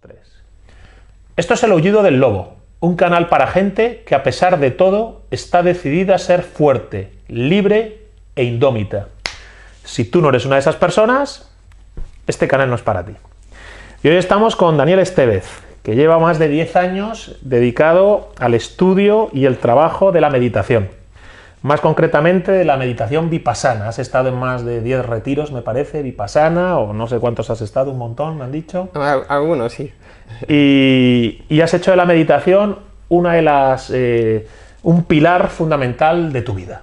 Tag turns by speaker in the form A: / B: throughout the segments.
A: 3. Esto es El Aullido del Lobo, un canal para gente que a pesar de todo está decidida a ser fuerte, libre e indómita. Si tú no eres una de esas personas, este canal no es para ti. Y hoy estamos con Daniel Estevez, que lleva más de 10 años dedicado al estudio y el trabajo de la meditación. Más concretamente de la meditación vipassana. Has estado en más de 10 retiros, me parece, vipassana, o no sé cuántos has estado, un montón, me han dicho.
B: Algunos, sí.
A: Y has hecho de la meditación un pilar fundamental de tu vida.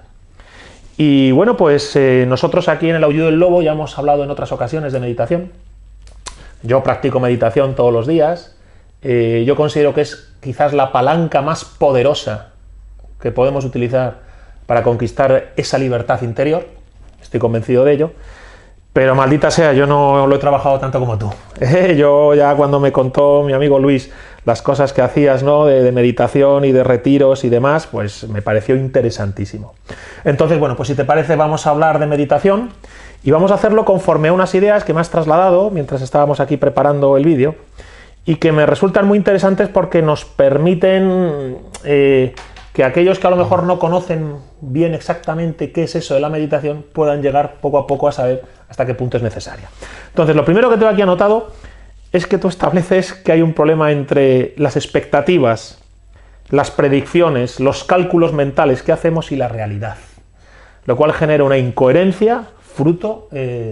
A: Y bueno, pues nosotros aquí en El Aullido del Lobo ya hemos hablado en otras ocasiones de meditación. Yo practico meditación todos los días. Yo considero que es quizás la palanca más poderosa que podemos utilizar para conquistar esa libertad interior. Estoy convencido de ello. Pero maldita sea, yo no lo he trabajado tanto como tú. Yo ya cuando me contó mi amigo Luis las cosas que hacías, ¿no?, de meditación y de retiros y demás, pues me pareció interesantísimo. Entonces, bueno, pues si te parece vamos a hablar de meditación y vamos a hacerlo conforme a unas ideas que me has trasladado mientras estábamos aquí preparando el vídeo y que me resultan muy interesantes porque nos permiten que aquellos que a lo mejor no conocen bien exactamente qué es eso de la meditación puedan llegar poco a poco a saber hasta qué punto es necesaria. Entonces, lo primero que tengo aquí anotado es que tú estableces que hay un problema entre las expectativas, las predicciones, los cálculos mentales que hacemos y la realidad, lo cual genera una incoherencia, fruto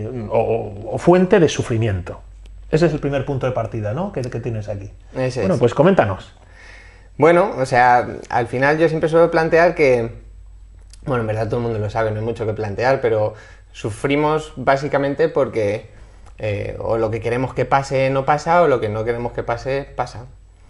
A: o fuente de sufrimiento. Ese es el primer punto de partida, ¿no?, que tienes aquí. Bueno, pues coméntanos.
B: Bueno, o sea, al final yo siempre suelo plantear que, bueno, en verdad todo el mundo lo sabe, no hay mucho que plantear, pero sufrimos básicamente porque o lo que queremos que pase no pasa, o lo que no queremos que pase, pasa.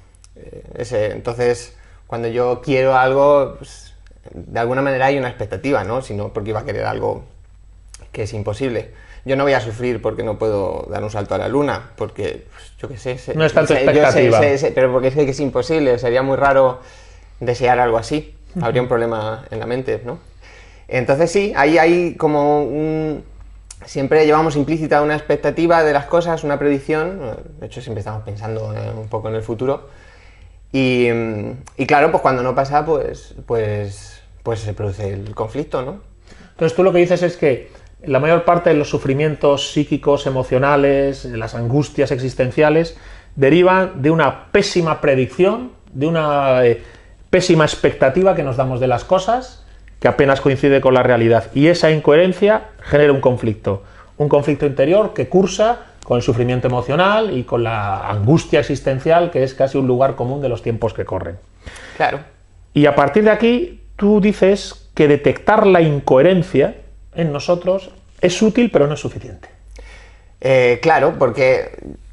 B: Entonces, cuando yo quiero algo, pues, de alguna manera hay una expectativa, ¿no? Si no, porque iba a querer algo que es imposible. Yo no voy a sufrir porque no puedo dar un salto a la luna, porque, pues, yo qué sé...
A: No es tanto expectativa.
B: Pero porque sé que es imposible, sería muy raro desear algo así, habría un problema en la mente, ¿no? Entonces sí, ahí hay como siempre llevamos implícita una expectativa de las cosas, una predicción, de hecho siempre estamos pensando un poco en el futuro, y claro, pues cuando no pasa, pues se produce el conflicto, ¿no?
A: Entonces tú lo que dices es que la mayor parte de los sufrimientos psíquicos, emocionales, las angustias existenciales, derivan de una pésima predicción, de una pésima expectativa que nos damos de las cosas, que apenas coincide con la realidad. Y esa incoherencia genera un conflicto interior que cursa con el sufrimiento emocional y con la angustia existencial, que es casi un lugar común de los tiempos que corren.
B: Claro.
A: Y a partir de aquí, tú dices que detectar la incoherencia en nosotros es útil, pero no es suficiente.
B: Claro, porque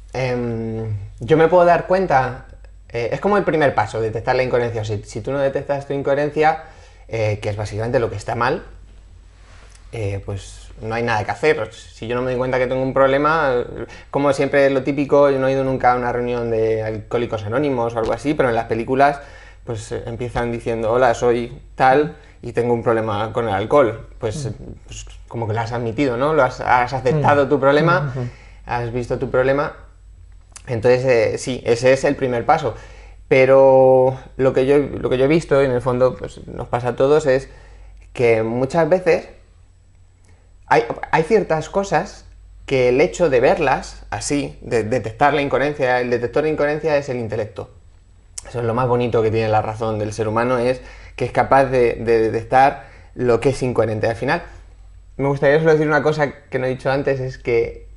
B: yo me puedo dar cuenta, es como el primer paso, detectar la incoherencia. O sea, si tú no detectas tu incoherencia, que es básicamente lo que está mal, pues no hay nada que hacer. Si yo no me doy cuenta que tengo un problema, como siempre lo típico, yo no he ido nunca a una reunión de Alcohólicos Anónimos o algo así, pero en las películas pues empiezan diciendo, hola, soy tal y tengo un problema con el alcohol. Pues como que lo has admitido, ¿no? Has aceptado tu problema, has visto tu problema. Entonces, sí, ese es el primer paso. Pero lo que yo he visto, y en el fondo pues, nos pasa a todos, es que muchas veces hay ciertas cosas que el hecho de verlas así, de detectar la incoherencia, el detector de incoherencia es el intelecto. Eso es lo más bonito que tiene la razón del ser humano, es que es capaz de detectar lo que es incoherente. Al final, me gustaría solo decir una cosa que no he dicho antes, es que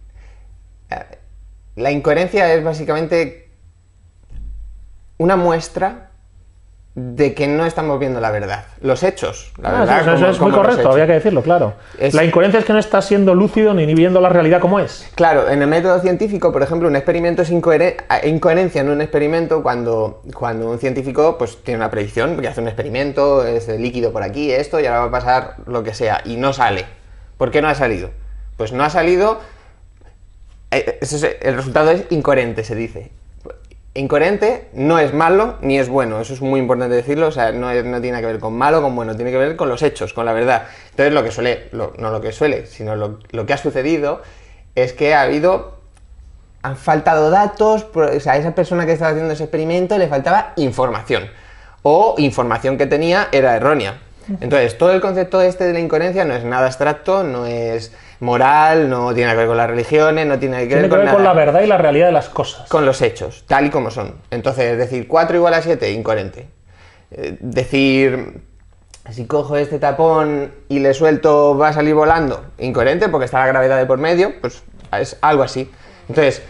B: la incoherencia es básicamente una muestra de que no estamos viendo la verdad. Los hechos, la verdad.
A: Eso es muy correcto, había que decirlo, claro. La incoherencia es que no estás siendo lúcido ni viendo la realidad como es.
B: Claro, en el método científico, por ejemplo, un experimento es incoherencia en un experimento cuando un científico pues tiene una predicción, porque hace un experimento, es líquido por aquí, esto, y ahora va a pasar lo que sea, y no sale. ¿Por qué no ha salido? Pues no ha salido... el resultado es incoherente, se dice. Incoherente no es malo ni es bueno, eso es muy importante decirlo, o sea, no tiene nada que ver con malo o con bueno, tiene que ver con los hechos, con la verdad. Entonces no lo que suele, sino lo que ha sucedido es que ha habido han faltado datos, o sea, a esa persona que estaba haciendo ese experimento le faltaba información, o información que tenía era errónea. Entonces, todo el concepto este de la incoherencia no es nada abstracto, no es moral, no tiene que ver con las religiones, no tiene que ver con nada.
A: Con la verdad y la realidad de las cosas.
B: Con los hechos, tal y como son. Entonces, decir 4 igual a 7, incoherente. Decir, si cojo este tapón y le suelto, va a salir volando, incoherente, porque está la gravedad de por medio, pues es algo así. Entonces,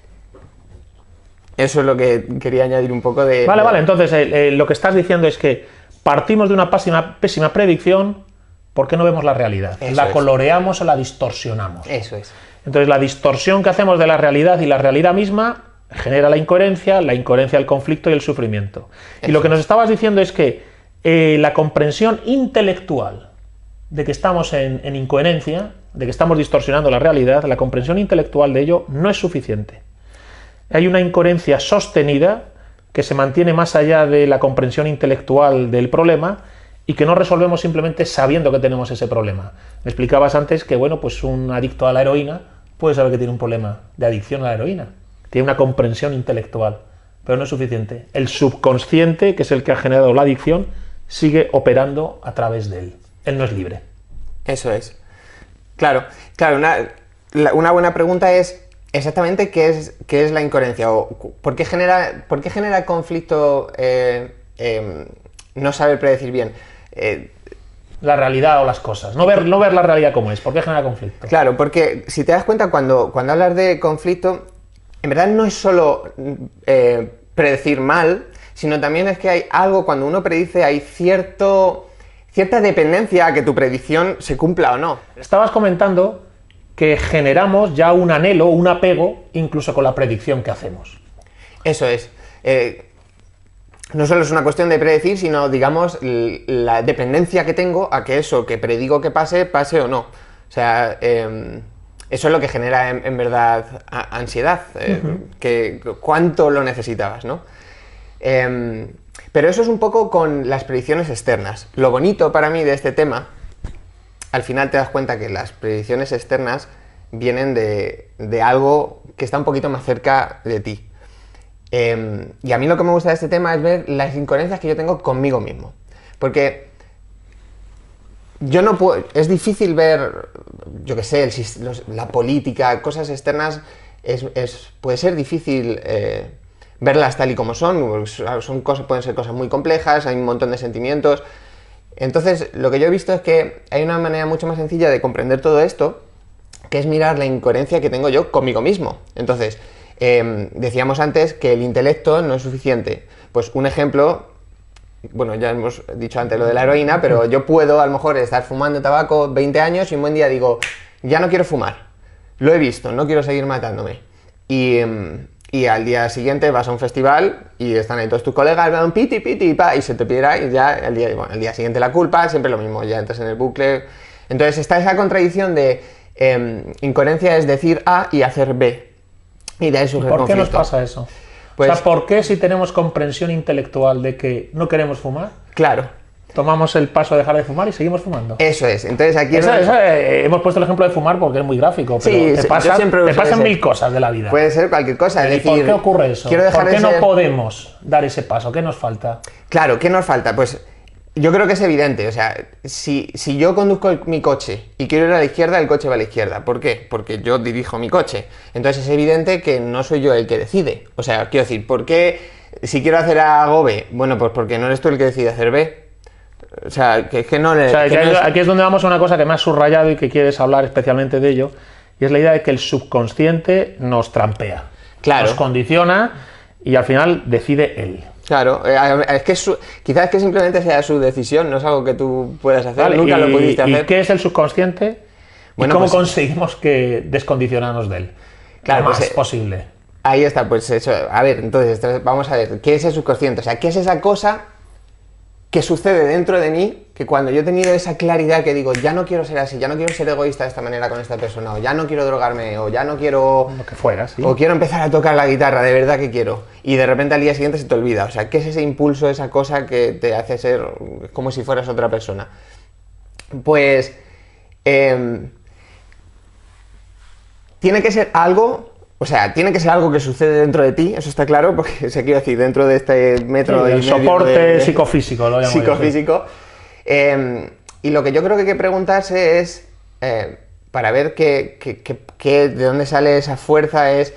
B: eso es lo que quería añadir un poco de...
A: Vale, entonces lo que estás diciendo es que partimos de una pésima predicción porque no vemos la realidad. La coloreamos o la distorsionamos.
B: Eso es.
A: Entonces la distorsión que hacemos de la realidad y la realidad misma genera la incoherencia el conflicto y el sufrimiento. Y lo que nos estabas diciendo es que la comprensión intelectual de que estamos en incoherencia, de que estamos distorsionando la realidad, la comprensión intelectual de ello no es suficiente. Hay una incoherencia sostenida que se mantiene más allá de la comprensión intelectual del problema y que no resolvemos simplemente sabiendo que tenemos ese problema. Me explicabas antes que, bueno, pues un adicto a la heroína puede saber que tiene un problema de adicción a la heroína. Tiene una comprensión intelectual, pero no es suficiente. El subconsciente, que es el que ha generado la adicción, sigue operando a través de él. Él no es libre.
B: Eso es. Claro, una buena pregunta es exactamente qué es la incoherencia, o por qué genera conflicto no saber predecir bien.
A: La realidad o las cosas, no ver la realidad como es. ¿Por qué genera conflicto?
B: Claro, porque si te das cuenta, cuando hablas de conflicto, en verdad no es solo predecir mal, sino también es que hay algo, cuando uno predice, hay cierta dependencia a que tu predicción se cumpla o no.
A: Estabas comentando que generamos ya un anhelo, un apego, incluso con la predicción que hacemos.
B: Eso es. No solo es una cuestión de predecir, sino, digamos, la dependencia que tengo a que eso que predigo que pase, pase o no. O sea, eso es lo que genera en verdad ansiedad, que cuánto lo necesitabas, ¿no? Pero eso es un poco con las predicciones externas. Lo bonito para mí de este tema, al final te das cuenta que las predicciones externas vienen de algo que está un poquito más cerca de ti. Y a mí lo que me gusta de este tema es ver las incoherencias que yo tengo conmigo mismo. Porque yo no puedo, es difícil ver, yo qué sé, la política, cosas externas, puede ser difícil verlas tal y como son pueden ser cosas muy complejas, hay un montón de sentimientos. Entonces, lo que yo he visto es que hay una manera mucho más sencilla de comprender todo esto, que es mirar la incoherencia que tengo yo conmigo mismo. Entonces, decíamos antes que el intelecto no es suficiente. Pues un ejemplo, bueno, ya hemos dicho antes lo de la heroína, pero yo puedo a lo mejor estar fumando tabaco 20 años y un buen día digo, ya no quiero fumar, lo he visto, no quiero seguir matándome. Y al día siguiente vas a un festival y están ahí todos tus colegas, van piti, piti, pa, y se te piedra y ya al día siguiente la culpa, siempre lo mismo, ya entras en el bucle. Entonces está esa contradicción de incoherencia es decir A y hacer B. Y de ahí surge el conflicto.
A: ¿Por qué nos pasa eso? Pues, o sea, ¿por qué si tenemos comprensión intelectual de que no queremos fumar?
B: Claro.
A: Tomamos el paso de dejar de fumar y seguimos fumando.
B: Eso es. Entonces aquí
A: hemos puesto el ejemplo de fumar porque es muy gráfico, pero
B: sí,
A: te pasan mil cosas de la vida.
B: Puede ser cualquier cosa.
A: ¿Y por qué ocurre eso? ¿Por qué no podemos dar ese paso? ¿Qué nos falta?
B: Claro, ¿qué nos falta? Pues yo creo que es evidente. O sea, si yo conduzco mi coche y quiero ir a la izquierda, el coche va a la izquierda. ¿Por qué? Porque yo dirijo mi coche. Entonces es evidente que no soy yo el que decide. O sea, quiero decir, ¿por qué si quiero hacer A hago B? Bueno, pues porque no eres tú el que decide hacer B. O sea, que no le...
A: O sea, aquí es donde vamos a una cosa que me has subrayado y que quieres hablar especialmente de ello, y es la idea de que el subconsciente nos trampea,
B: claro,
A: nos condiciona y al final decide él.
B: Claro, es que quizás es que simplemente sea su decisión, no es algo que tú puedas hacer,
A: vale,
B: nunca lo pudiste hacer.
A: ¿Y qué es el subconsciente? Bueno, ¿y cómo conseguimos que descondicionarnos de él?
B: Claro,
A: lo más posible.
B: Ahí está, pues eso. A ver, entonces, vamos a ver, ¿qué es el subconsciente? O sea, ¿qué es esa cosa que sucede dentro de mí, que cuando yo he tenido esa claridad que digo, ya no quiero ser así, ya no quiero ser egoísta de esta manera con esta persona, o ya no quiero drogarme, o ya no quiero...
A: Lo que fuera, sí.
B: O quiero empezar a tocar la guitarra, de verdad que quiero. Y de repente al día siguiente se te olvida. O sea, ¿qué es ese impulso, esa cosa que te hace ser como si fueras otra persona? Pues... tiene que ser algo O sea, tiene que ser algo que sucede dentro de ti, eso está claro, porque se quiere decir, dentro de este metro
A: Sí,
B: y
A: el
B: medio
A: soporte psicofísico, lo llamo yo, sí.
B: psicofísico. Y lo que yo creo que hay que preguntarse es, para ver de dónde sale esa fuerza, es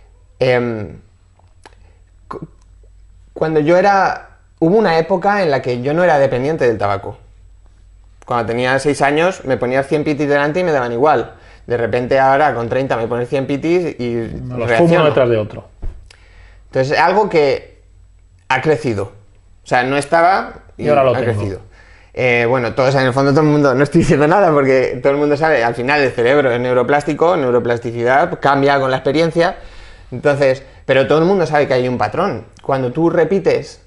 B: cuando hubo una época en la que yo no era dependiente del tabaco. Cuando tenía 6 años me ponía 100 pitis delante y me daban igual. De repente ahora con 30 me pones 100 pitis y
A: los fumo uno detrás de otro.
B: Entonces, algo que ha crecido. O sea, no estaba
A: y ahora lo
B: ha
A: tengo.
B: crecido. Bueno, todos en el fondo, todo el mundo, no estoy diciendo nada porque todo el mundo sabe, al final el cerebro es neuroplástico, neuroplasticidad cambia con la experiencia. Entonces, pero todo el mundo sabe que hay un patrón. Cuando tú repites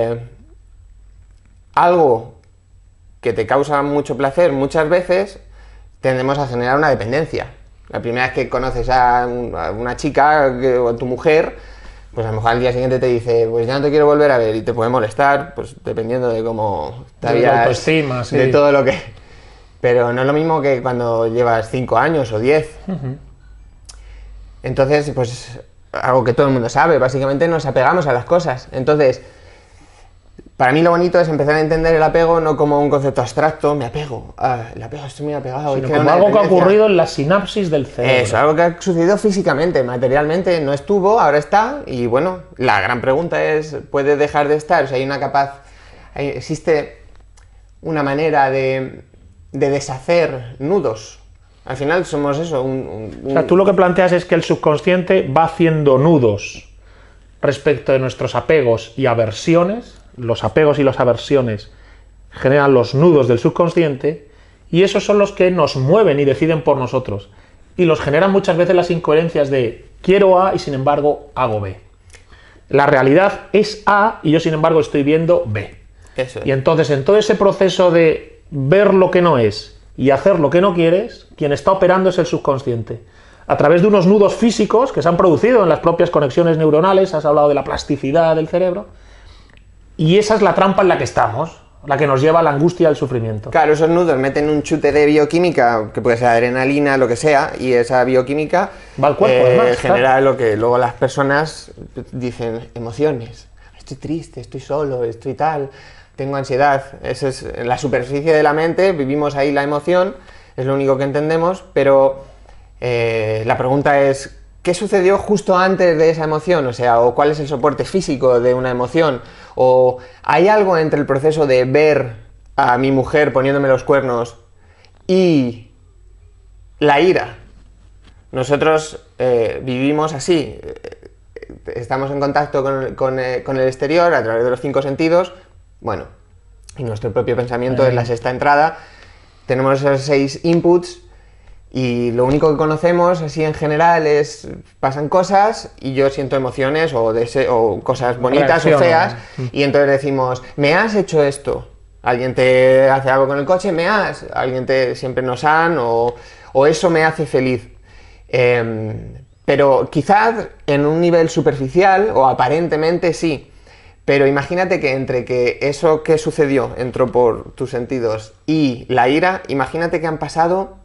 B: algo que te causa mucho placer muchas veces, tendemos a generar una dependencia. La primera vez que conoces a una chica o a tu mujer, pues a lo mejor al día siguiente te dice, pues ya no te quiero volver a ver, y te puede molestar, pues dependiendo de cómo te habías...
A: De autoestima, sí.
B: De todo lo que... Pero no es lo mismo que cuando llevas 5 años o 10. Entonces, pues algo que todo el mundo sabe, básicamente nos apegamos a las cosas. Entonces, para mí lo bonito es empezar a entender el apego no como un concepto abstracto, me apego, el apego, estoy muy apegado.
A: Sino como algo que ha ocurrido en la sinapsis del cerebro.
B: Eso, algo que ha sucedido físicamente, materialmente, no estuvo, ahora está, y bueno, la gran pregunta es, ¿puede dejar de estar? O sea, existe una manera de deshacer nudos. Al final somos eso,
A: O sea, tú lo que planteas es que el subconsciente va haciendo nudos respecto de nuestros apegos y aversiones. Los apegos y las aversiones generan los nudos del subconsciente y esos son los que nos mueven y deciden por nosotros. Y los generan muchas veces las incoherencias de quiero A y sin embargo hago B. La realidad es A y yo sin embargo estoy viendo B.
B: Eso es.
A: Y entonces en todo ese proceso de ver lo que no es y hacer lo que no quieres, quien está operando es el subconsciente. A través de unos nudos físicos que se han producido en las propias conexiones neuronales, has hablado de la plasticidad del cerebro, y esa es la trampa en la que estamos, la que nos lleva a la angustia y al sufrimiento.
B: Claro, esos nudos meten un chute de bioquímica, que puede ser adrenalina, lo que sea, y esa bioquímica
A: va al cuerpo, además,
B: genera lo que luego las personas dicen, emociones. Estoy triste, estoy solo, estoy tal, tengo ansiedad. Esa es la superficie de la mente, vivimos ahí la emoción, es lo único que entendemos, pero la pregunta es, ¿qué sucedió justo antes de esa emoción? O sea, ¿o cuál es el soporte físico de una emoción? ¿O hay algo entre el proceso de ver a mi mujer poniéndome los cuernos y la ira? Nosotros vivimos así, estamos en contacto con el exterior a través de los 5 sentidos, bueno, y nuestro propio pensamiento es la sexta entrada, tenemos esos 6 inputs. Y lo único que conocemos, así en general, es pasan cosas y yo siento emociones o cosas bonitas o feas, y entonces decimos, me has hecho esto. Alguien te hace algo con el coche, siempre nos han, o eso me hace feliz. Pero quizás en un nivel superficial, o aparentemente sí, pero imagínate que entre que eso que sucedió entró por tus sentidos y la ira, imagínate que han pasado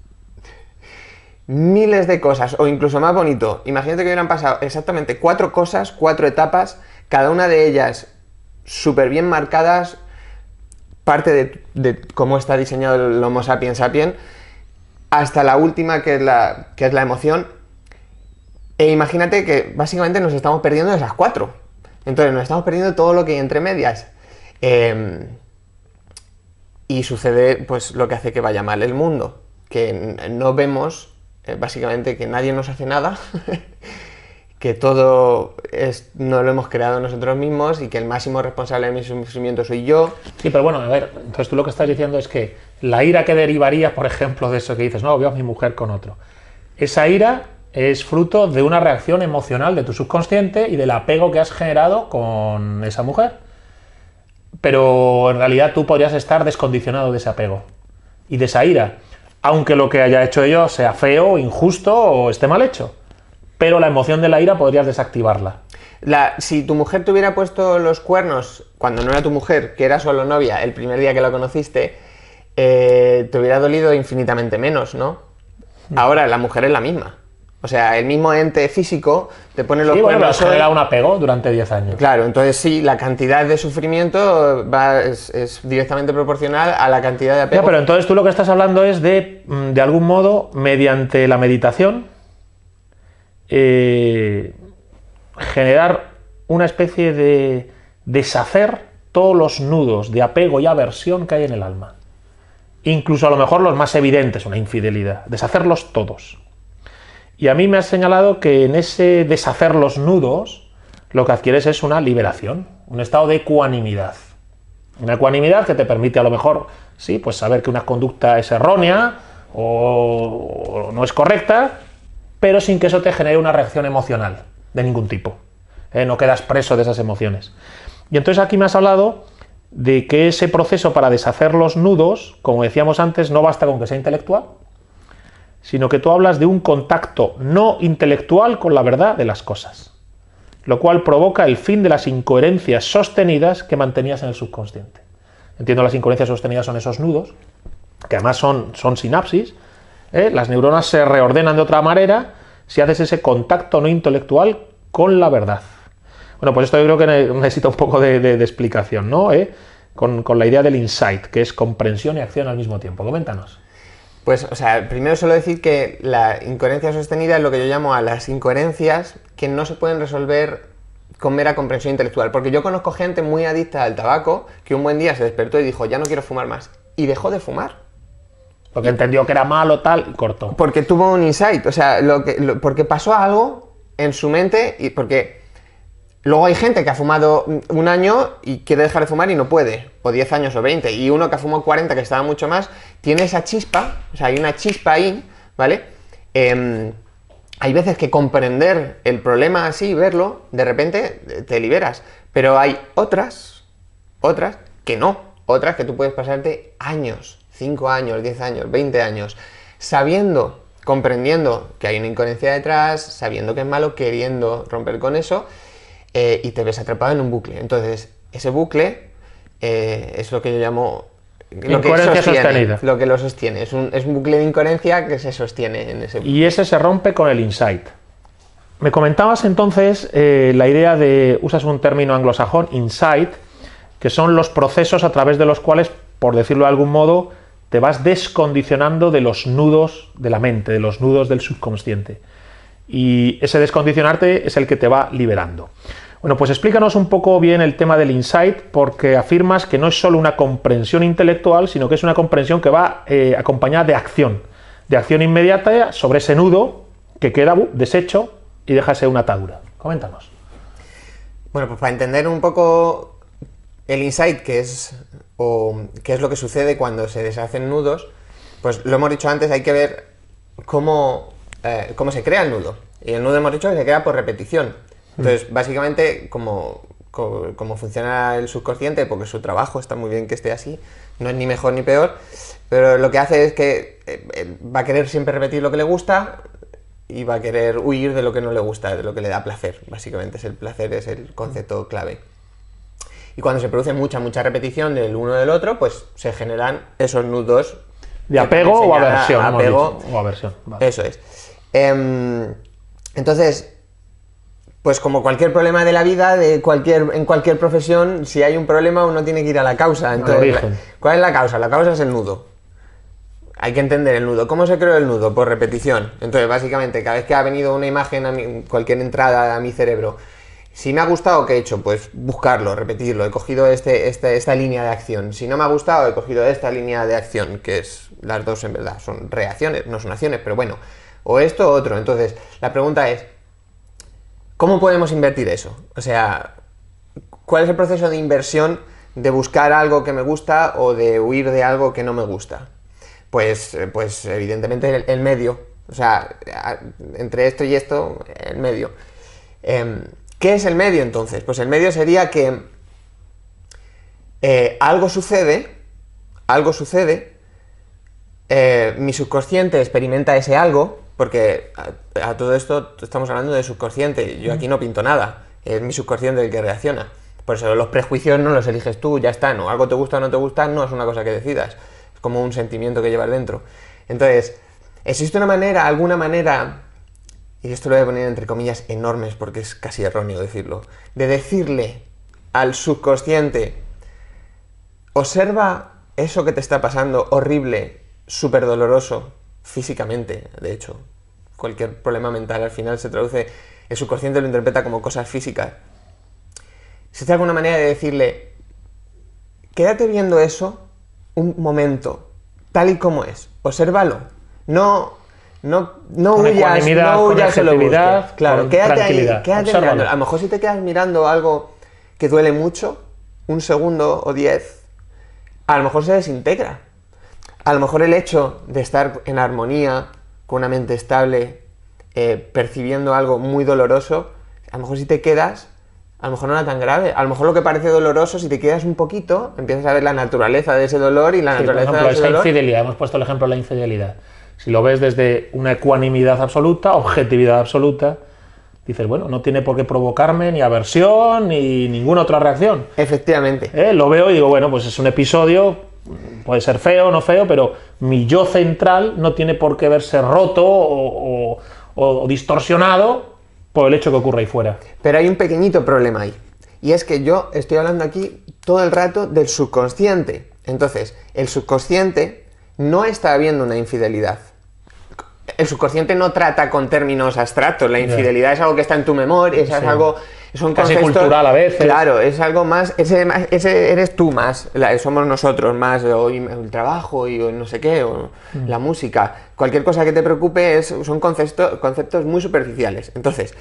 B: miles de cosas, o incluso más bonito, imagínate que hubieran pasado exactamente 4 cosas, 4 etapas, cada una de ellas súper bien marcadas, parte de cómo está diseñado el Homo sapiens sapiens, hasta la última que es la emoción, e imagínate que básicamente nos estamos perdiendo de esas 4, entonces nos estamos perdiendo todo lo que hay entre medias, y sucede pues lo que hace que vaya mal el mundo, que no vemos básicamente que nadie nos hace nada, que todo no lo hemos creado nosotros mismos y que el máximo responsable de mi sufrimiento soy yo.
A: Sí, pero bueno, a ver, entonces tú lo que estás diciendo es que la ira que derivaría, por ejemplo, de eso que dices, no, veo a mi mujer con otro, esa ira es fruto de una reacción emocional de tu subconsciente y del apego que has generado con esa mujer. Pero en realidad tú podrías estar descondicionado de ese apego y de esa ira, aunque lo que haya hecho ello sea feo, injusto o esté mal hecho. Pero la emoción de la ira podrías desactivarla.
B: Si tu mujer te hubiera puesto los cuernos cuando no era tu mujer, que era solo novia, el primer día que la conociste, te hubiera dolido infinitamente menos, ¿no? Ahora la mujer es la misma. O sea, el mismo ente físico te pone los
A: Sí, bueno, pero has
B: cuernos hoy.
A: generado un apego durante 10 años.
B: Claro, entonces sí, la cantidad de sufrimiento es directamente proporcional a la cantidad de apego.
A: Ya, pero entonces tú lo que estás hablando es de algún modo, mediante la meditación, generar una especie de deshacer todos los nudos de apego y aversión que hay en el alma. Incluso a lo mejor los más evidentes, una infidelidad. Deshacerlos todos. Y a mí me has señalado que en ese deshacer los nudos, lo que adquieres es una liberación, un estado de ecuanimidad. Una ecuanimidad que te permite a lo mejor, sí, pues saber que una conducta es errónea o no es correcta, pero sin que eso te genere una reacción emocional de ningún tipo. No quedas preso de esas emociones. Y entonces aquí me has hablado de que ese proceso para deshacer los nudos, como decíamos antes, no basta con que sea intelectual, sino que tú hablas de un contacto no intelectual con la verdad de las cosas, lo cual provoca el fin de las incoherencias sostenidas que mantenías en el subconsciente. Entiendo, las incoherencias sostenidas son esos nudos, que además son sinapsis, las neuronas se reordenan de otra manera si haces ese contacto no intelectual con la verdad. Bueno, pues esto yo creo que necesita un poco de explicación, ¿no? Con la idea del insight, que es comprensión y acción al mismo tiempo. Coméntanos.
B: Pues, o sea, primero suelo decir que la incoherencia sostenida es lo que yo llamo a las incoherencias que no se pueden resolver con mera comprensión intelectual. Porque yo conozco gente muy adicta al tabaco que un buen día se despertó y dijo, ya no quiero fumar más. Y dejó de fumar.
A: Porque entendió que era malo, tal, y cortó.
B: Porque tuvo un insight, o sea, porque pasó algo en su mente y porque luego hay gente que ha fumado un año y quiere dejar de fumar y no puede, o 10 años o 20, y uno que ha fumado 40, que estaba mucho más, tiene esa chispa, o sea, hay una chispa ahí, ¿vale? Hay veces que comprender el problema así, verlo, de repente te liberas, pero hay otras que no, otras que tú puedes pasarte años, 5 años, 10 años, 20 años, sabiendo, comprendiendo que hay una incoherencia detrás, sabiendo que es malo, queriendo romper con eso, y te ves atrapado en un bucle. Entonces, ese bucle es lo que yo llamo
A: incoherencia sostenida.
B: Lo que lo sostiene. Es un bucle de incoherencia que se sostiene en ese bucle.
A: Y ese se rompe con el insight. Me comentabas entonces la idea de, usas un término anglosajón, insight, que son los procesos a través de los cuales, por decirlo de algún modo, te vas descondicionando de los nudos de la mente, de los nudos del subconsciente. Y ese descondicionarte es el que te va liberando. Bueno, pues explícanos un poco bien el tema del insight, porque afirmas que no es solo una comprensión intelectual, sino que es una comprensión que va acompañada de acción inmediata sobre ese nudo que queda deshecho y deja ser una atadura. Coméntanos.
B: Bueno, pues para entender un poco el insight, qué es lo que sucede cuando se deshacen nudos, pues lo hemos dicho antes, hay que ver cómo se crea el nudo. Y el nudo hemos dicho que se crea por repetición. Entonces, básicamente, como funciona el subconsciente, porque su trabajo está muy bien que esté así, no es ni mejor ni peor, pero lo que hace es que va a querer siempre repetir lo que le gusta y va a querer huir de lo que no le gusta, de lo que le da placer. Básicamente, el placer es el concepto clave. Y cuando se produce mucha repetición del uno del otro, pues se generan esos nudos
A: de apego o aversión.
B: O aversión. Vale. Eso es. Entonces, pues como cualquier problema de la vida, en cualquier profesión, si hay un problema uno tiene que ir a la causa. Entonces, ¿cuál es la causa? La causa es el nudo. Hay que entender el nudo. ¿Cómo se creó el nudo? Por repetición. Entonces, básicamente, cada vez que ha venido una imagen, cualquier entrada a mi cerebro, si me ha gustado, ¿qué he hecho? Pues buscarlo, repetirlo. He cogido esta línea de acción. Si no me ha gustado, he cogido esta línea de acción, que es las dos en verdad. Son reacciones, no son acciones, pero bueno. O esto o otro. Entonces, la pregunta es, ¿cómo podemos invertir eso? O sea, ¿cuál es el proceso de inversión de buscar algo que me gusta o de huir de algo que no me gusta? Pues evidentemente el medio. O sea, entre esto y esto, el medio. ¿Qué es el medio entonces? Pues el medio sería que algo sucede, mi subconsciente experimenta ese algo, porque a todo esto estamos hablando de subconsciente, yo aquí no pinto nada, es mi subconsciente el que reacciona. Por eso los prejuicios no los eliges tú, ya está, ¿no? Algo te gusta o no te gusta, no es una cosa que decidas, es como un sentimiento que llevas dentro. Entonces, ¿existe alguna manera y esto lo voy a poner entre comillas enormes porque es casi erróneo decirlo, de decirle al subconsciente, observa eso que te está pasando horrible, súper doloroso, físicamente, de hecho. Cualquier problema mental al final se traduce, el subconsciente lo interpreta como cosas físicas. ¿Existe alguna manera de decirle, quédate viendo eso un momento, tal y como es, obsérvalo, no huyas, no huyas en lo busques. Claro, quédate ahí, quédate mirando. A lo mejor si te quedas mirando algo que duele mucho, un segundo o 10, a lo mejor se desintegra. A lo mejor el hecho de estar en armonía, con una mente estable, percibiendo algo muy doloroso, a lo mejor si te quedas, a lo mejor no era tan grave. A lo mejor lo que parece doloroso, si te quedas un poquito, empiezas a ver la naturaleza de ese dolor y la naturaleza
A: por ejemplo,
B: de ese dolor.
A: Infidelidad, hemos puesto el ejemplo de la infidelidad. Si lo ves desde una ecuanimidad absoluta, objetividad absoluta, dices, bueno, no tiene por qué provocarme ni aversión ni ninguna otra reacción.
B: Efectivamente.
A: Lo veo y digo, bueno, pues es un episodio, puede ser feo o no feo, pero mi yo central no tiene por qué verse roto o distorsionado por el hecho que ocurre ahí fuera.
B: Pero hay un pequeñito problema ahí. Y es que yo estoy hablando aquí todo el rato del subconsciente. Entonces, el subconsciente no está viendo una infidelidad. El subconsciente no trata con términos abstractos. La infidelidad es algo que está en tu memoria, es algo... Es un
A: casi
B: concepto
A: cultural a veces.
B: Claro, es algo más... Ese eres tú más, somos nosotros más, o el trabajo y o no sé qué, o la música. Cualquier cosa que te preocupe son conceptos muy superficiales. Entonces,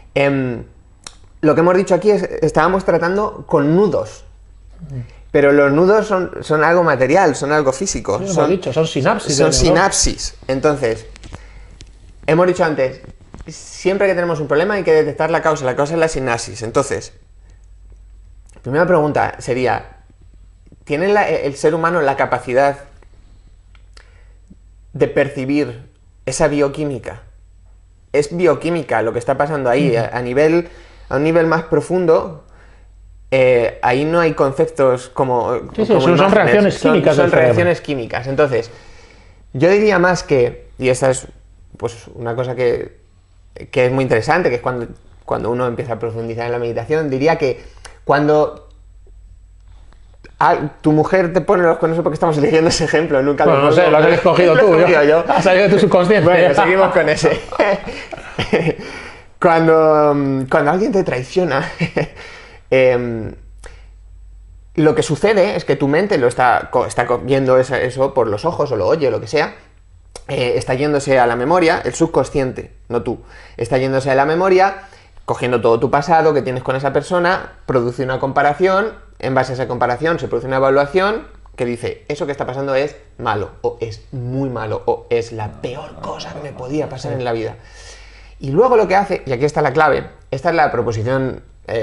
B: lo que hemos dicho aquí es estábamos tratando con nudos. Pero los nudos son algo material, son algo físico.
A: Sí, hemos dicho, son sinapsis.
B: Son sinapsis. Entonces, hemos dicho antes, siempre que tenemos un problema hay que detectar la causa es la sinapsis. Entonces, primera pregunta sería, ¿tiene el ser humano la capacidad de percibir esa bioquímica? Es bioquímica lo que está pasando ahí, a un nivel más profundo. Ahí no hay conceptos como
A: son reacciones químicas.
B: Son reacciones químicas. Entonces, yo diría más que, y esta es pues una cosa que es muy interesante, que es cuando uno empieza a profundizar en la meditación, diría que cuando tu mujer te pone los cuernos, porque estamos eligiendo ese ejemplo, nunca
A: bueno, no sé, lo has escogido tú.
B: Yo.
A: Ha salido de tu subconsciente.
B: Bueno, seguimos con ese. Cuando alguien te traiciona, lo que sucede es que tu mente lo está viendo eso por los ojos, o lo oye, o lo que sea, está yéndose a la memoria, el subconsciente, no tú, está yéndose a la memoria, cogiendo todo tu pasado que tienes con esa persona, produce una comparación, en base a esa comparación se produce una evaluación que dice, eso que está pasando es malo, o es muy malo, o es la peor cosa que me podía pasar en la vida. Y luego lo que hace, y aquí está la clave, esta es la proposición,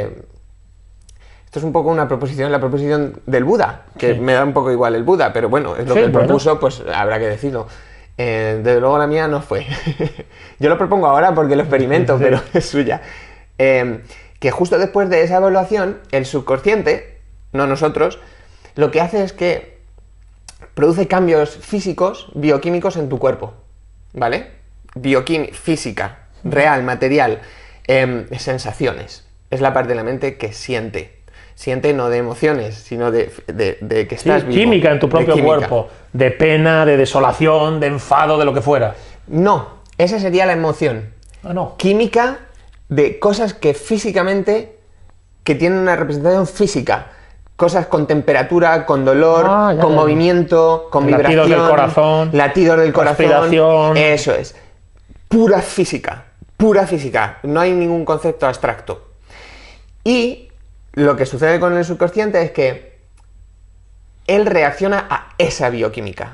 B: esto es un poco la proposición del Buda, que me da un poco igual el Buda, pero bueno, es lo que él propuso, pues habrá que decirlo. Desde luego la mía no fue. Yo lo propongo ahora porque lo experimento, pero es suya. Que justo después de esa evaluación, el subconsciente, no nosotros, lo que hace es que produce cambios físicos, bioquímicos en tu cuerpo, ¿vale? Física, real, material, sensaciones. Es la parte de la mente que siente. Siente no de emociones, sino de que estás vivo.
A: Química en tu propio cuerpo, de pena, de desolación, de enfado, de lo que fuera.
B: No, esa sería la emoción.
A: Ah, no.
B: Química de cosas que físicamente, que tienen una representación física. Cosas con temperatura, con dolor, con movimiento, con vibración.
A: Latidos del corazón.
B: Latidos del corazón.
A: Respiración.
B: Eso es. Pura física. Pura física. No hay ningún concepto abstracto. Y lo que sucede con el subconsciente es que él reacciona a esa bioquímica.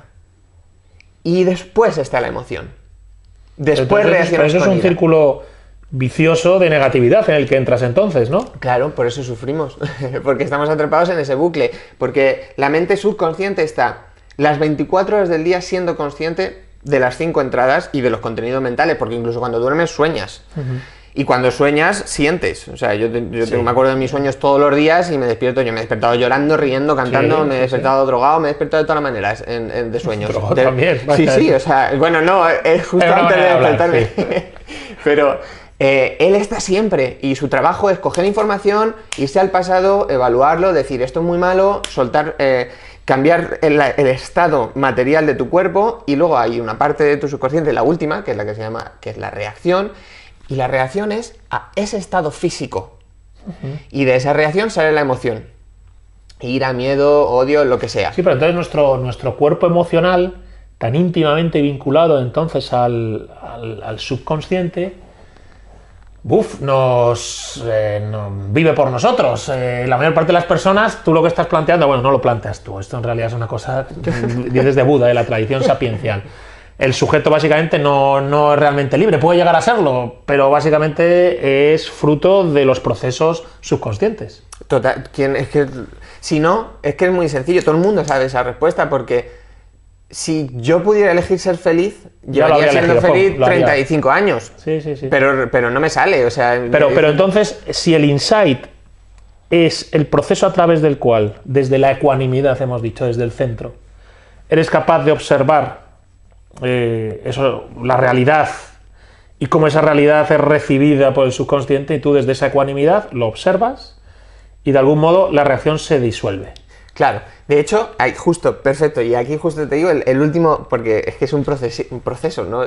B: Y después está la emoción. Después reacciona.
A: Pero eso es un círculo vicioso de negatividad en el que entras entonces, ¿no?
B: Claro, por eso sufrimos. Porque estamos atrapados en ese bucle. Porque la mente subconsciente está las 24 horas del día siendo consciente de las 5 entradas y de los contenidos mentales. Porque incluso cuando duermes sueñas. Y cuando sueñas, sientes. O sea, yo me acuerdo de mis sueños todos los días y me despierto. Yo me he despertado llorando, riendo, cantando, me he despertado drogado, me he despertado de todas las maneras de sueños.
A: También.
B: Sí, o sea, bueno, no, es justo antes de despertarme. Pero él está siempre y su trabajo es coger información, irse al pasado, evaluarlo, decir esto es muy malo, soltar, cambiar el estado material de tu cuerpo, y luego hay una parte de tu subconsciente, la última, que es la que se llama, que es la reacción, y la reacción es a ese estado físico. Y de esa reacción sale la emoción. Ira, miedo, odio, lo que sea.
A: Sí, pero entonces nuestro cuerpo emocional, tan íntimamente vinculado entonces al subconsciente, vive por nosotros. La mayor parte de las personas, tú lo que estás planteando, bueno, no lo planteas tú, esto en realidad es una cosa, vienes de Buda, de la tradición sapiencial. El sujeto básicamente no es realmente libre, puede llegar a serlo, pero básicamente es fruto de los procesos subconscientes.
B: Total, si no, es que es muy sencillo, todo el mundo sabe esa respuesta, porque si yo pudiera elegir ser feliz, llevaría siendo feliz 35 años.
A: Sí.
B: Pero no me sale, o sea...
A: Pero entonces, si el insight es el proceso a través del cual, desde la ecuanimidad, hemos dicho, desde el centro, eres capaz de observar la realidad y cómo esa realidad es recibida por el subconsciente, y tú desde esa ecuanimidad lo observas y de algún modo la reacción se disuelve.
B: Claro, de hecho, justo, perfecto, y aquí justo te digo el último, porque es que es un proceso, ¿no?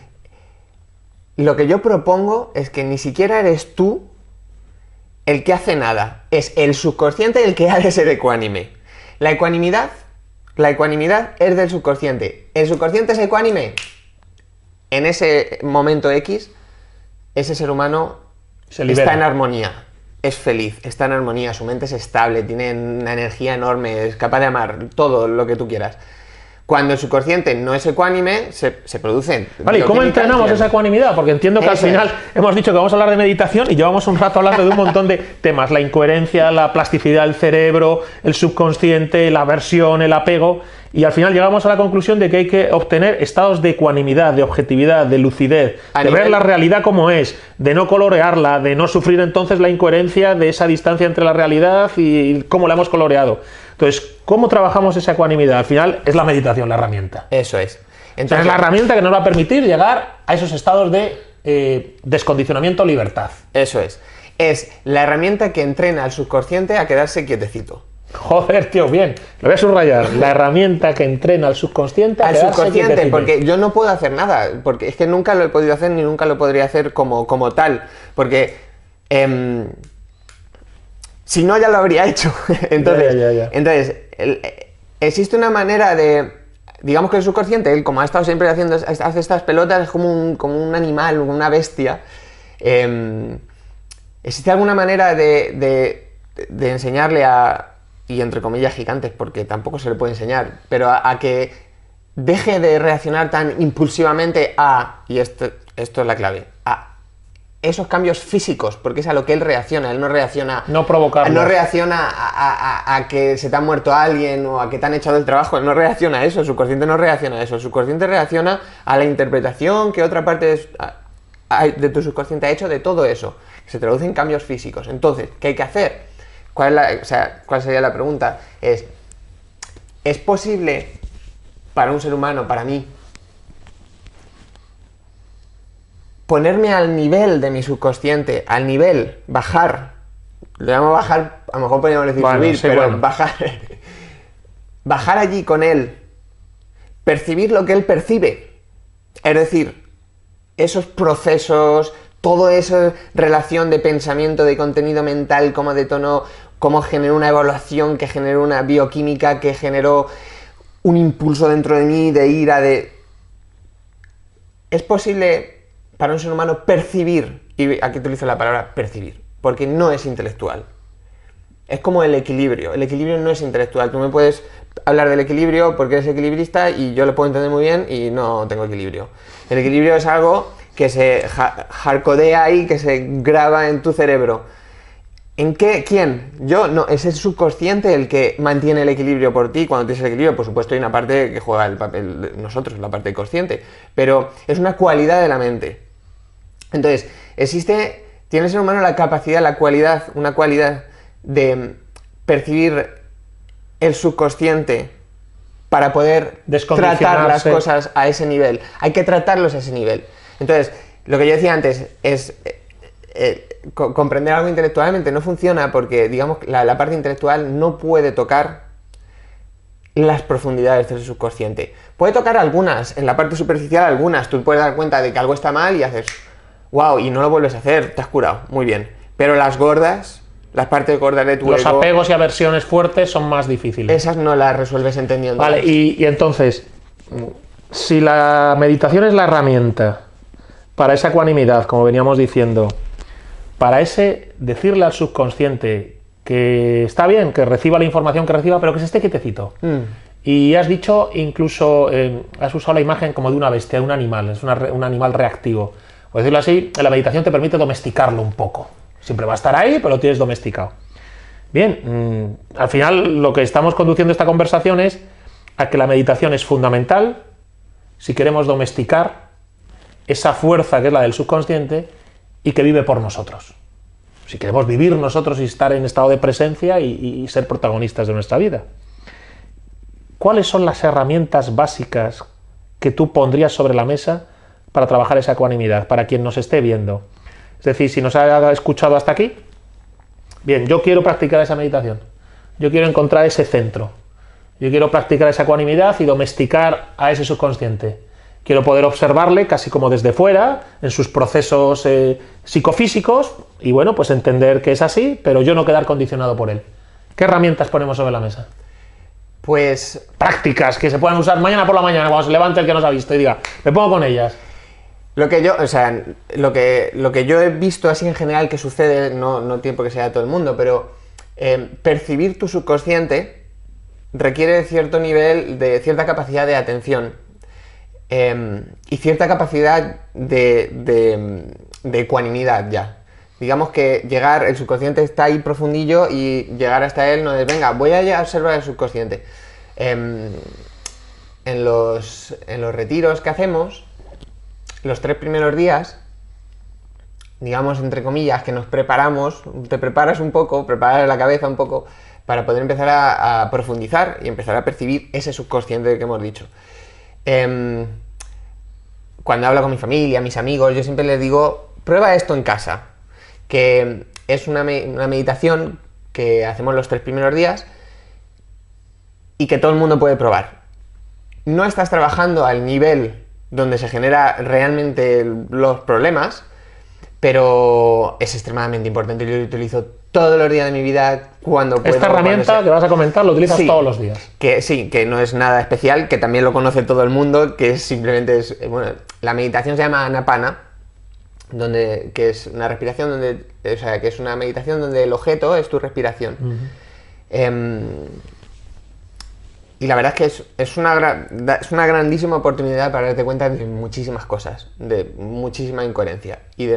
B: Lo que yo propongo es que ni siquiera eres tú el que hace nada, es el subconsciente el que ha de ser ecuánime. La ecuanimidad es del subconsciente. El subconsciente es ecuánime. En ese momento X, ese ser humano está en armonía, es feliz, está en armonía, su mente es estable, tiene una energía enorme, es capaz de amar todo lo que tú quieras. Cuando el subconsciente no es ecuánime, se producen...
A: Vale, ¿y cómo entrenamos esa ecuanimidad? Porque entiendo que al final hemos dicho que vamos a hablar de meditación y llevamos un rato hablando de un montón de temas. La incoherencia, la plasticidad del cerebro, el subconsciente, la aversión, el apego... Y al final llegamos a la conclusión de que hay que obtener estados de ecuanimidad, de objetividad, de lucidez, de ver la realidad como es, de no colorearla, de no sufrir entonces la incoherencia de esa distancia entre la realidad y cómo la hemos coloreado. Entonces, ¿cómo trabajamos esa ecuanimidad? Al final es la meditación la herramienta.
B: Eso es.
A: Entonces, es la herramienta que nos va a permitir llegar a esos estados de descondicionamiento, libertad.
B: Eso es. Es la herramienta que entrena al subconsciente a quedarse quietecito.
A: Joder, tío, bien. Lo voy a subrayar. La herramienta que entrena al subconsciente a
B: quedarse subconsciente, porque yo no puedo hacer nada, porque es que nunca lo he podido hacer ni nunca lo podría hacer como tal, porque si no ya lo habría hecho. Entonces, existe una manera de, digamos que el subconsciente, él como ha estado siempre hace estas pelotas, es como un animal, una bestia. ¿Existe alguna manera de enseñarle y entre comillas gigantes, porque tampoco se le puede enseñar, pero a que deje de reaccionar tan impulsivamente y esto es la clave, a esos cambios físicos, porque es a lo que él reacciona, él no reacciona...
A: No provocarlo.
B: No reacciona a que se te ha muerto alguien o a que te han echado del trabajo, él no reacciona a eso, el subconsciente no reacciona a eso, el subconsciente reacciona a la interpretación que otra parte de tu subconsciente ha hecho de todo eso, que se traduce en cambios físicos. Entonces, ¿qué hay que hacer? ¿Cuál sería la pregunta? ¿Es posible para un ser humano, para mí, ponerme al nivel de mi subconsciente, bajar, lo llamo bajar, a lo mejor podríamos decir subir, sí, pero bueno, bajar allí con él, percibir lo que él percibe, es decir, esos procesos, toda esa relación de pensamiento, de contenido mental, cómo detonó, cómo generó una evaluación, que generó una bioquímica, que generó un impulso dentro de mí de ira, ¿Es posible para un ser humano percibir? Y aquí utilizo la palabra percibir, porque no es intelectual. Es como el equilibrio no es intelectual. Tú me puedes hablar del equilibrio porque eres equilibrista y yo lo puedo entender muy bien y no tengo equilibrio. El equilibrio es algo que se hardcodea ahí, que se graba en tu cerebro. ¿En qué? ¿Quién? Yo, no, es el subconsciente el que mantiene el equilibrio por ti. Cuando tienes el equilibrio, por supuesto, hay una parte que juega el papel de nosotros, la parte consciente, pero es una cualidad de la mente. Entonces, tiene el ser humano la capacidad, una cualidad de percibir el subconsciente para poder tratar las cosas a ese nivel. Hay que tratarlos a ese nivel. Entonces, Lo que yo decía antes es comprender algo intelectualmente no funciona porque, digamos, la parte intelectual no puede tocar las profundidades del subconsciente. Puede tocar algunas, en la parte superficial algunas, tú puedes dar cuenta de que algo está mal y haces wow, y no lo vuelves a hacer, te has curado, muy bien. Pero las gordas, las partes gordas de tu
A: Los
B: ego,
A: apegos y aversiones fuertes son más difíciles.
B: esas no las resuelves entendiendo.
A: Vale, y entonces, si la meditación es la herramienta para esa ecuanimidad, como veníamos diciendo, para ese decirle al subconsciente que está bien, que reciba la información que reciba, pero que se esté quietecito. Y has dicho, incluso, has usado la imagen como de una bestia, de un animal, es un animal reactivo. Por decirlo así, la meditación te permite domesticarlo un poco. Siempre va a estar ahí, pero lo tienes domesticado. Bien, al final lo que estamos conduciendo esta conversación es a que la meditación es fundamental si queremos domesticar esa fuerza que es la del subconsciente y que vive por nosotros. Si queremos vivir nosotros y estar en estado de presencia y ser protagonistas de nuestra vida. ¿Cuáles son las herramientas básicas que tú pondrías sobre la mesa para trabajar esa ecuanimidad, para quien nos esté viendo? Es decir, si nos ha escuchado hasta aquí, bien, yo quiero practicar esa meditación, yo quiero encontrar ese centro, yo quiero practicar esa ecuanimidad y domesticar a ese subconsciente. Quiero poder observarle casi como desde fuera, en sus procesos psicofísicos, y bueno, pues entender que es así, pero yo no quedar condicionado por él. ¿Qué herramientas ponemos sobre la mesa?
B: Pues
A: prácticas que se puedan usar mañana por la mañana, cuando se levante el que nos ha visto y diga, me pongo con ellas.
B: Lo que yo he visto así en general que sucede, no tiene por qué sea de todo el mundo, pero percibir tu subconsciente requiere de cierto nivel, de cierta capacidad de atención y cierta capacidad de ecuanimidad ya. Digamos que el subconsciente está ahí profundillo y llegar hasta él no es, venga, voy a observar el subconsciente. En los retiros que hacemos, los 3 primeros días, digamos, entre comillas, que nos preparamos, te preparas un poco, preparas la cabeza un poco, para poder empezar a profundizar y empezar a percibir ese subconsciente que hemos dicho. Cuando hablo con mi familia, mis amigos, yo siempre les digo, prueba esto en casa, que es una meditación que hacemos los 3 primeros días y que todo el mundo puede probar. No estás trabajando al nivel donde se genera realmente los problemas, pero es extremadamente importante. Yo lo utilizo todos los días de mi vida cuando puedo.
A: Esta herramienta que vas a comentar lo utilizas todos los días.
B: Que no es nada especial, que también lo conoce todo el mundo, que simplemente bueno, la meditación se llama Anapana, que es una respiración que es una meditación donde el objeto es tu respiración. Y la verdad es que es una grandísima oportunidad para darte cuenta de muchísimas cosas, de muchísima incoherencia.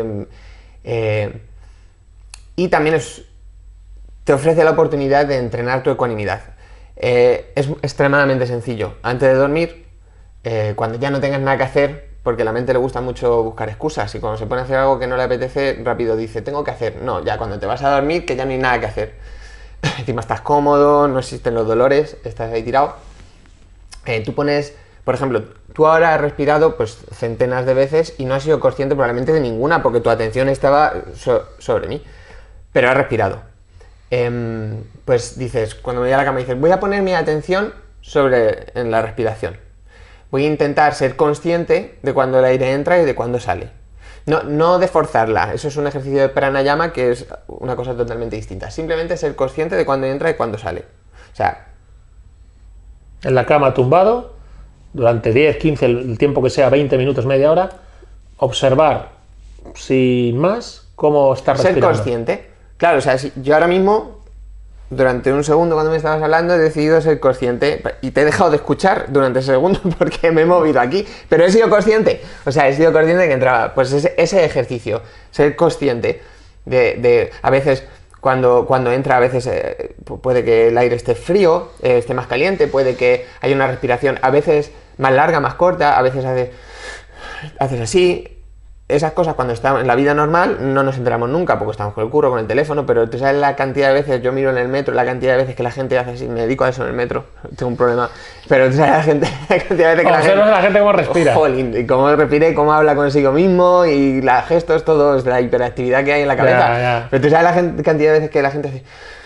B: Y también te ofrece la oportunidad de entrenar tu ecuanimidad. Es extremadamente sencillo. Antes de dormir, cuando ya no tengas nada que hacer, porque a la mente le gusta mucho buscar excusas, y cuando se pone a hacer algo que no le apetece, rápido dice, tengo que hacer. No, ya cuando te vas a dormir, que ya no hay nada que hacer. Encima estás cómodo, no existen los dolores, estás ahí tirado. Tú pones, por ejemplo, tú ahora has respirado pues centenas de veces y no has sido consciente probablemente de ninguna porque tu atención estaba sobre mí, pero has respirado. Pues dices, cuando me voy a la cama dices, voy a poner mi atención en la respiración. Voy a intentar ser consciente de cuando el aire entra y de cuando sale. No de forzarla, eso es un ejercicio de pranayama que es una cosa totalmente distinta. Simplemente ser consciente de cuándo entra y cuándo sale. O sea,
A: en la cama tumbado, durante 10, 15, el tiempo que sea, 20 minutos, media hora, observar sin más cómo está respirando.
B: Ser consciente. Claro, o sea, yo ahora mismo, durante un segundo cuando me estabas hablando, he decidido ser consciente y te he dejado de escuchar durante ese segundo porque me he movido aquí, pero he sido consciente. O sea, he sido consciente de que entraba. Pues ese ejercicio, ser consciente de a veces, cuando entra, a veces puede que el aire esté frío, esté más caliente, puede que haya una respiración a veces más larga, más corta, a veces haces así. esas cosas cuando estamos en la vida normal no nos enteramos nunca porque estamos con el curro, con el teléfono, pero tú sabes la cantidad de veces, yo miro en el metro, la cantidad de veces que la gente hace así, me dedico a eso en el metro, tengo un problema, pero tú sabes la cantidad de veces que
A: la gente cómo respira.
B: Jolín, y cómo respira y cómo habla consigo mismo y los gestos, todo, la hiperactividad que hay en la cabeza.
A: Ya.
B: Pero tú sabes la cantidad de veces que la gente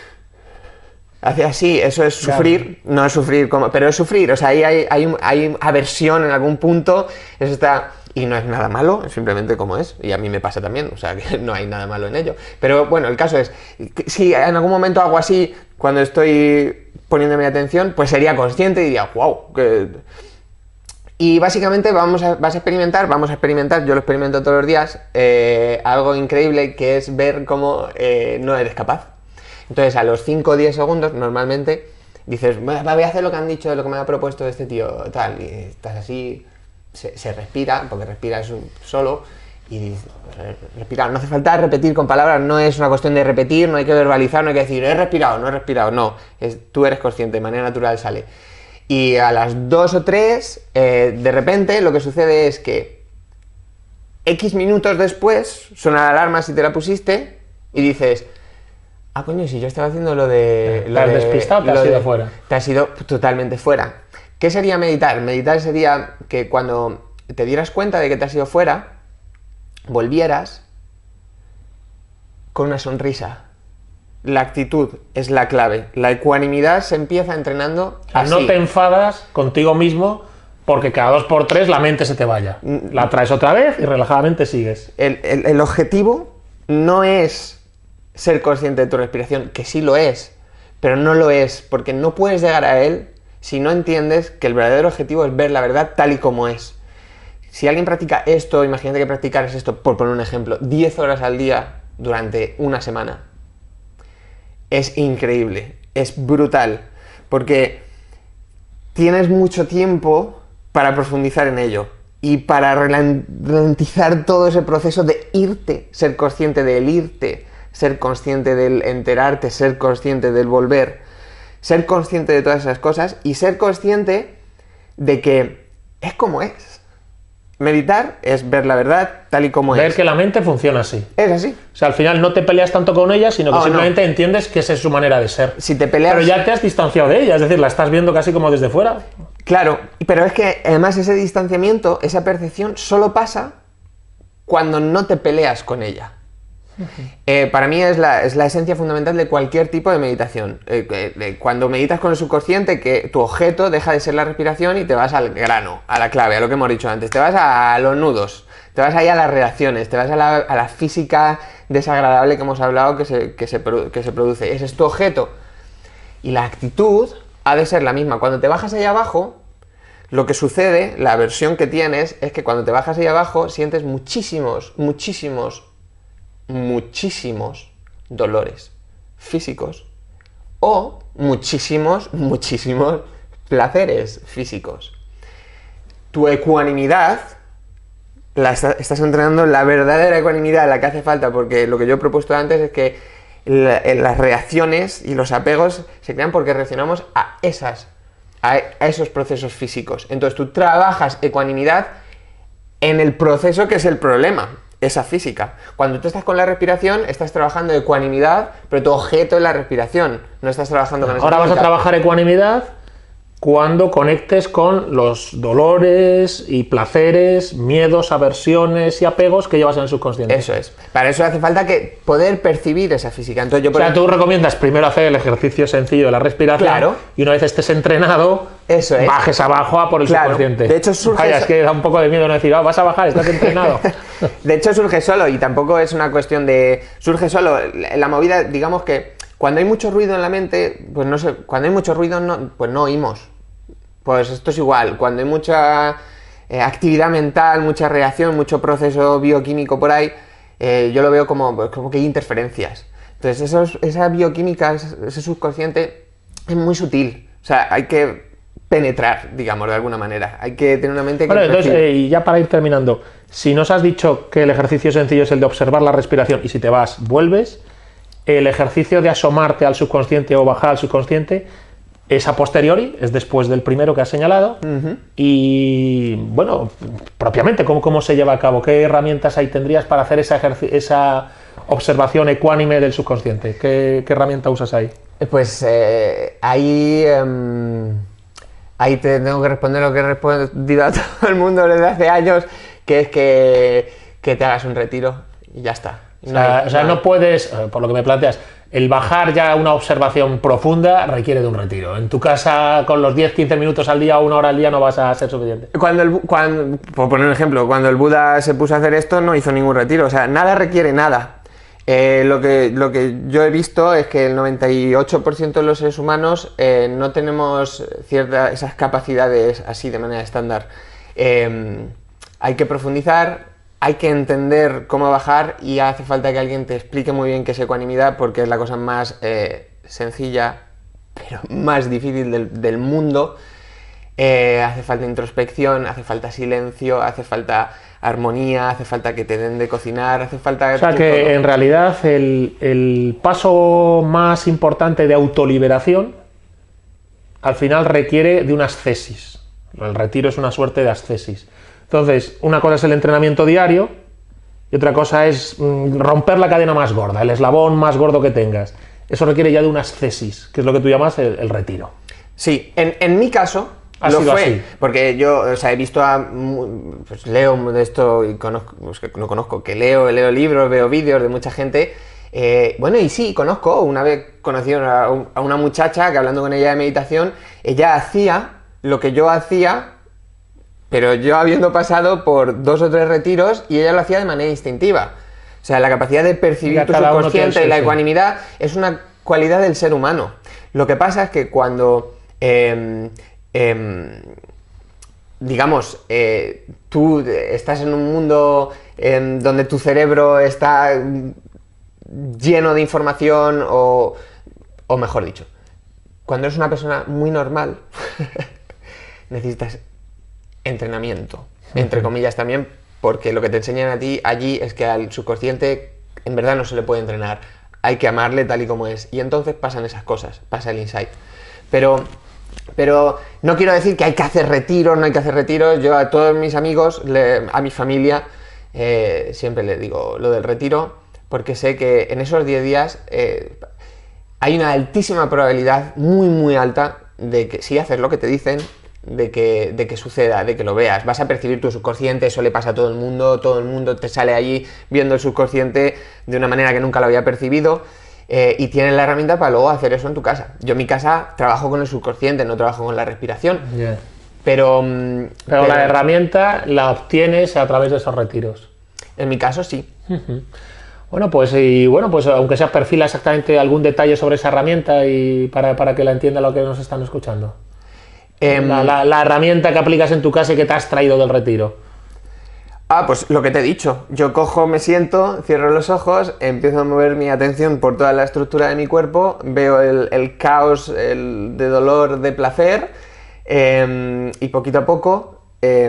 B: hace así, eso es sufrir, no es sufrir como, pero es sufrir, o sea, ahí hay aversión en algún punto, eso está, y no es nada malo, es simplemente como es, y a mí me pasa también, o sea, que no hay nada malo en ello. Pero bueno, el caso es, que si en algún momento hago así, cuando estoy poniéndome atención, pues sería consciente y diría, wow, que... Y básicamente vamos a experimentar, yo lo experimento todos los días, algo increíble que es ver cómo no eres capaz. Entonces, a los 5 o 10 segundos, normalmente, dices, voy a hacer lo que han dicho, lo que me ha propuesto este tío, tal, y estás así, se respira, porque respiras solo, y respirar. No hace falta repetir con palabras, no es una cuestión de repetir, no hay que verbalizar, no hay que decir, he respirado, no he respirado, no, tú eres consciente, de manera natural sale. Y a las 2 o 3, de repente, lo que sucede es que X minutos después, suena la alarma si te la pusiste, y dices... Ah, coño, si yo estaba haciendo lo de...
A: ¿Te has despistado o te has ido fuera?
B: Te has ido totalmente fuera. ¿Qué sería meditar? Meditar sería que cuando te dieras cuenta de que te has ido fuera, volvieras con una sonrisa. La actitud es la clave. La ecuanimidad se empieza entrenando así.
A: No te enfadas contigo mismo porque cada 2 por 3 la mente se te vaya. La traes otra vez y relajadamente sigues.
B: El objetivo no es... ser consciente de tu respiración, que sí lo es, pero no lo es, porque no puedes llegar a él si no entiendes que el verdadero objetivo es ver la verdad tal y como es. Si alguien practica esto, imagínate que practicaras esto, por poner un ejemplo, 10 horas al día durante una semana. Es increíble, es brutal, porque tienes mucho tiempo para profundizar en ello y para ralentizar todo ese proceso de irte, ser consciente del irte, ser consciente del enterarte, ser consciente del volver, ser consciente de todas esas cosas y ser consciente de que es como es. Meditar es ver la verdad tal y como es.
A: Ver que la mente funciona así.
B: Es así.
A: O sea, al final no te peleas tanto con ella, sino que simplemente entiendes que esa es su manera de ser.
B: Si te peleas...
A: Pero ya te has distanciado de ella, es decir, la estás viendo casi como desde fuera.
B: Claro, pero es que además ese distanciamiento, esa percepción, solo pasa cuando no te peleas con ella. Para mí es la esencia fundamental de cualquier tipo de meditación. Cuando meditas con el subconsciente, que tu objeto deja de ser la respiración y te vas al grano, a la clave, a lo que hemos dicho antes. Te vas a los nudos, te vas ahí a las reacciones, te vas a la física desagradable que hemos hablado que se produce. Ese es tu objeto. Y la actitud ha de ser la misma. Cuando te bajas ahí abajo, lo que sucede, la versión que tienes, es que cuando te bajas ahí abajo sientes muchísimos dolores físicos o muchísimos placeres físicos. Tu ecuanimidad, estás entrenando la verdadera ecuanimidad, la que hace falta, porque lo que yo he propuesto antes es que las reacciones y los apegos se crean porque reaccionamos a esos procesos físicos. Entonces tú trabajas ecuanimidad en el proceso que es el problema, esa física. Cuando tú estás con la respiración, estás trabajando ecuanimidad, pero tu objeto es la respiración, no estás trabajando con esa
A: Ahora
B: física.
A: vas a trabajar ecuanimidad cuando conectes con los dolores y placeres, miedos, aversiones y apegos que llevas en el subconsciente.
B: Eso es. Para eso hace falta que poder percibir esa física. Entonces yo,
A: o sea, tú recomiendas primero hacer el ejercicio sencillo de la respiración,
B: claro,
A: y una vez estés entrenado,
B: eso es,
A: bajes abajo a por el subconsciente.
B: De hecho surge...
A: Vaya, es que da un poco de miedo no decir, vas a bajar, estás entrenado.
B: De hecho surge solo, y tampoco es una cuestión de... Surge solo. La movida, digamos que cuando hay mucho ruido en la mente, pues no sé, cuando hay mucho ruido pues no oímos. Pues esto es igual, cuando hay mucha actividad mental, mucha reacción, mucho proceso bioquímico por ahí, yo lo veo como que hay interferencias. Entonces esa bioquímica, ese subconsciente es muy sutil, o sea, hay que penetrar, digamos, de alguna manera, hay que tener una mente que...
A: Bueno, entonces, y ya para ir terminando, si nos has dicho que el ejercicio sencillo es el de observar la respiración y si te vas, vuelves, el ejercicio de asomarte al subconsciente o bajar al subconsciente, es a posteriori, es después del primero que has señalado. Y bueno, propiamente, ¿cómo se lleva a cabo? ¿Qué herramientas ahí tendrías para hacer esa observación ecuánime del subconsciente? ¿Qué herramienta usas ahí?
B: Pues ahí te tengo que responder lo que he respondido a todo el mundo desde hace años, que es que te hagas un retiro y ya está.
A: No puedes, por lo que me planteas, el bajar ya una observación profunda requiere de un retiro. En tu casa, con los 10-15 minutos al día o 1 hora al día, no vas a ser suficiente.
B: Por poner un ejemplo, cuando el Buda se puso a hacer esto, no hizo ningún retiro. O sea, nada requiere nada. Lo que yo he visto es que el 98% de los seres humanos no tenemos esas capacidades así de manera estándar. Hay que profundizar. Hay que entender cómo bajar y hace falta que alguien te explique muy bien qué es ecuanimidad, porque es la cosa más sencilla, pero más difícil del mundo. Hace falta introspección, hace falta silencio, hace falta armonía, hace falta que te den de cocinar, hace falta...
A: O sea que
B: todo.
A: En realidad el paso más importante de autoliberación al final requiere de una ascesis. El retiro es una suerte de ascesis. Entonces, una cosa es el entrenamiento diario y otra cosa es romper la cadena más gorda, el eslabón más gordo que tengas. Eso requiere ya de una ascesis, que es lo que tú llamas el retiro.
B: Sí, en mi caso
A: lo fue,
B: así. Porque yo, o sea, he visto pues leo de esto y que leo libros, veo vídeos de mucha gente. Bueno, y sí, una vez conocí a una muchacha que, hablando con ella de meditación, ella hacía lo que yo hacía, pero yo habiendo pasado por 2 o 3 retiros, y ella lo hacía de manera instintiva. O sea, la capacidad de percibir tu subconsciente y la ecuanimidad es una cualidad del ser humano. Lo que pasa es que cuando, digamos, tú estás en un mundo donde tu cerebro está lleno de información, o mejor dicho, cuando eres una persona muy normal, necesitas entrenamiento, entre comillas también, porque lo que te enseñan a ti allí es que al subconsciente en verdad no se le puede entrenar, hay que amarle tal y como es, y entonces pasan esas cosas, pasa el insight. Pero no quiero decir que hay que hacer retiros, no hay que hacer retiros. Yo a todos mis amigos, a mi familia, siempre les digo lo del retiro, porque sé que en esos 10 días hay una altísima probabilidad, muy muy alta, de que si haces lo que te dicen, de que suceda, de que lo veas. Vas a percibir tu subconsciente, eso le pasa a todo el mundo te sale allí viendo el subconsciente de una manera que nunca lo había percibido, y tienes la herramienta para luego hacer eso en tu casa. Yo en mi casa trabajo con el subconsciente, no trabajo con la respiración.
A: Yeah.
B: Pero
A: la herramienta la obtienes a través de esos retiros.
B: En mi caso sí.
A: Bueno, pues aunque sea, perfila exactamente algún detalle sobre esa herramienta y para que la entienda lo que nos están escuchando. La herramienta que aplicas en tu casa y que te has traído del retiro.
B: Pues lo que te he dicho. Yo cojo, me siento, cierro los ojos, empiezo a mover mi atención por toda la estructura de mi cuerpo, veo el caos de dolor, de placer, y poquito a poco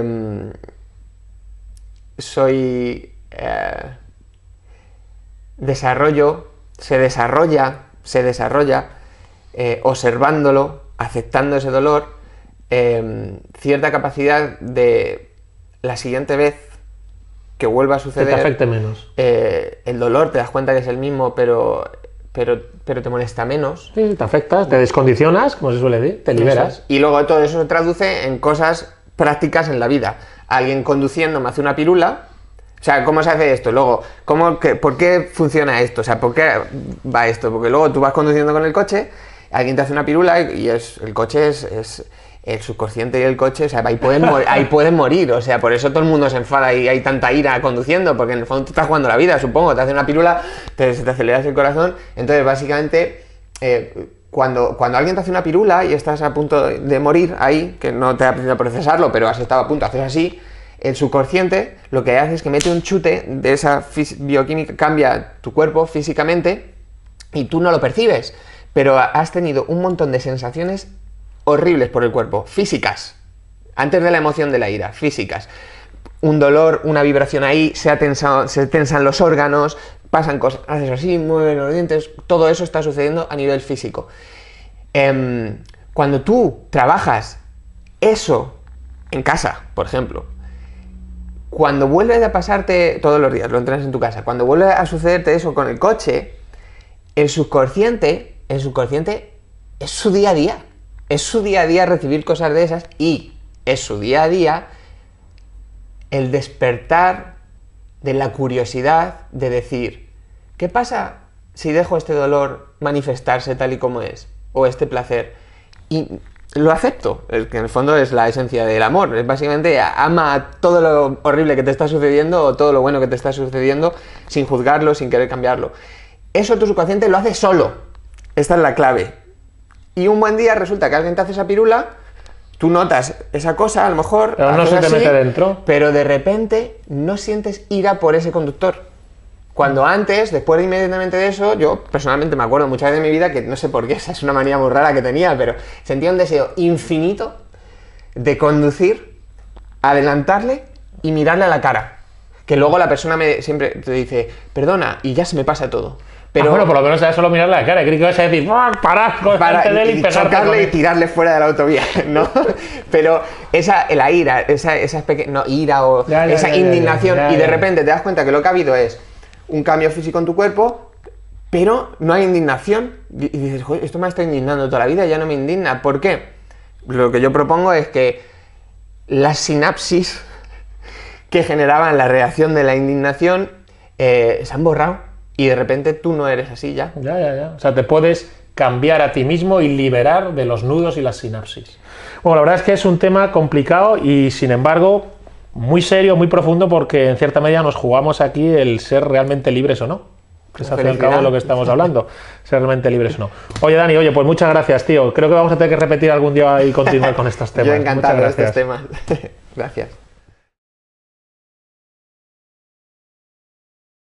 B: se desarrolla, observándolo, aceptando ese dolor, cierta capacidad de la siguiente vez que vuelva a suceder,
A: que te afecte menos.
B: El dolor te das cuenta que es el mismo, pero te molesta menos.
A: Sí, te afectas, te descondicionas, como se suele decir, te liberas.
B: Y luego todo eso se traduce en cosas prácticas en la vida. Alguien conduciendo me hace una pirula. O sea, ¿cómo se hace esto? Luego, ¿por qué funciona esto? O sea, ¿por qué va esto? Porque luego tú vas conduciendo con el coche, alguien te hace una pirula y el coche es el subconsciente y el coche, o sea, ahí pueden morir. O sea, por eso todo el mundo se enfada y hay tanta ira conduciendo, porque en el fondo tú estás jugando la vida, supongo, te hace una pirula, se te aceleras el corazón. Entonces, básicamente, cuando alguien te hace una pirula y estás a punto de morir ahí, que no te ha aprendido a procesarlo, pero has estado a punto, haces así, el subconsciente lo que hace es que mete un chute de esa bioquímica, cambia tu cuerpo físicamente y tú no lo percibes, pero has tenido un montón de sensaciones horribles por el cuerpo, físicas, antes de la emoción de la ira, físicas. Un dolor, una vibración ahí, se tensan los órganos, pasan cosas, haces así, mueven los dientes, todo eso está sucediendo a nivel físico. Cuando tú trabajas eso en casa, por ejemplo, cuando vuelve a pasarte todos los días, lo entrenas en tu casa, cuando vuelve a sucederte eso con el coche, el subconsciente es su día a día. Es su día a día recibir cosas de esas y es su día a día el despertar de la curiosidad de decir, ¿qué pasa si dejo este dolor manifestarse tal y como es? O este placer. Y lo acepto, que en el fondo es la esencia del amor. Es básicamente ama todo lo horrible que te está sucediendo o todo lo bueno que te está sucediendo sin juzgarlo, sin querer cambiarlo. Eso tu subconsciente lo hace solo. Esta es la clave. Y un buen día resulta que alguien te hace esa pirula, tú notas esa cosa, a lo mejor,
A: pero no se te mete dentro.
B: Pero de repente no sientes ira por ese conductor. Cuando antes, después de inmediatamente de eso, yo personalmente me acuerdo muchas veces de mi vida que no sé por qué, esa es una manía muy rara que tenía, pero sentía un deseo infinito de conducir, adelantarle y mirarle a la cara. Que luego la persona siempre te dice, perdona, y ya se me pasa todo. Pero
A: bueno, por lo menos era solo mirarle a la cara. Creí que ibas a decir, parar delante de él y
B: chocarle y tirarle fuera de la autovía, ¿no? Pero la ira, esa ira o esa indignación, y de repente te das cuenta que lo que ha habido es un cambio físico en tu cuerpo, pero no hay indignación. Y dices, joder, esto me está indignando toda la vida, ya no me indigna. ¿Por qué? Lo que yo propongo es que las sinapsis que generaban la reacción de la indignación se han borrado. Y de repente tú no eres así ya.
A: Ya. O sea, te puedes cambiar a ti mismo y liberar de los nudos y las sinapsis. Bueno, la verdad es que es un tema complicado y, sin embargo, muy serio, muy profundo, porque en cierta medida nos jugamos aquí el ser realmente libres o no. Que es al fin y al cabo de lo que estamos hablando. Ser realmente libres o no. Oye, Dani, pues muchas gracias, tío. Creo que vamos a tener que repetir algún día y continuar con estos temas.
B: Yo encantado de estos temas. Gracias.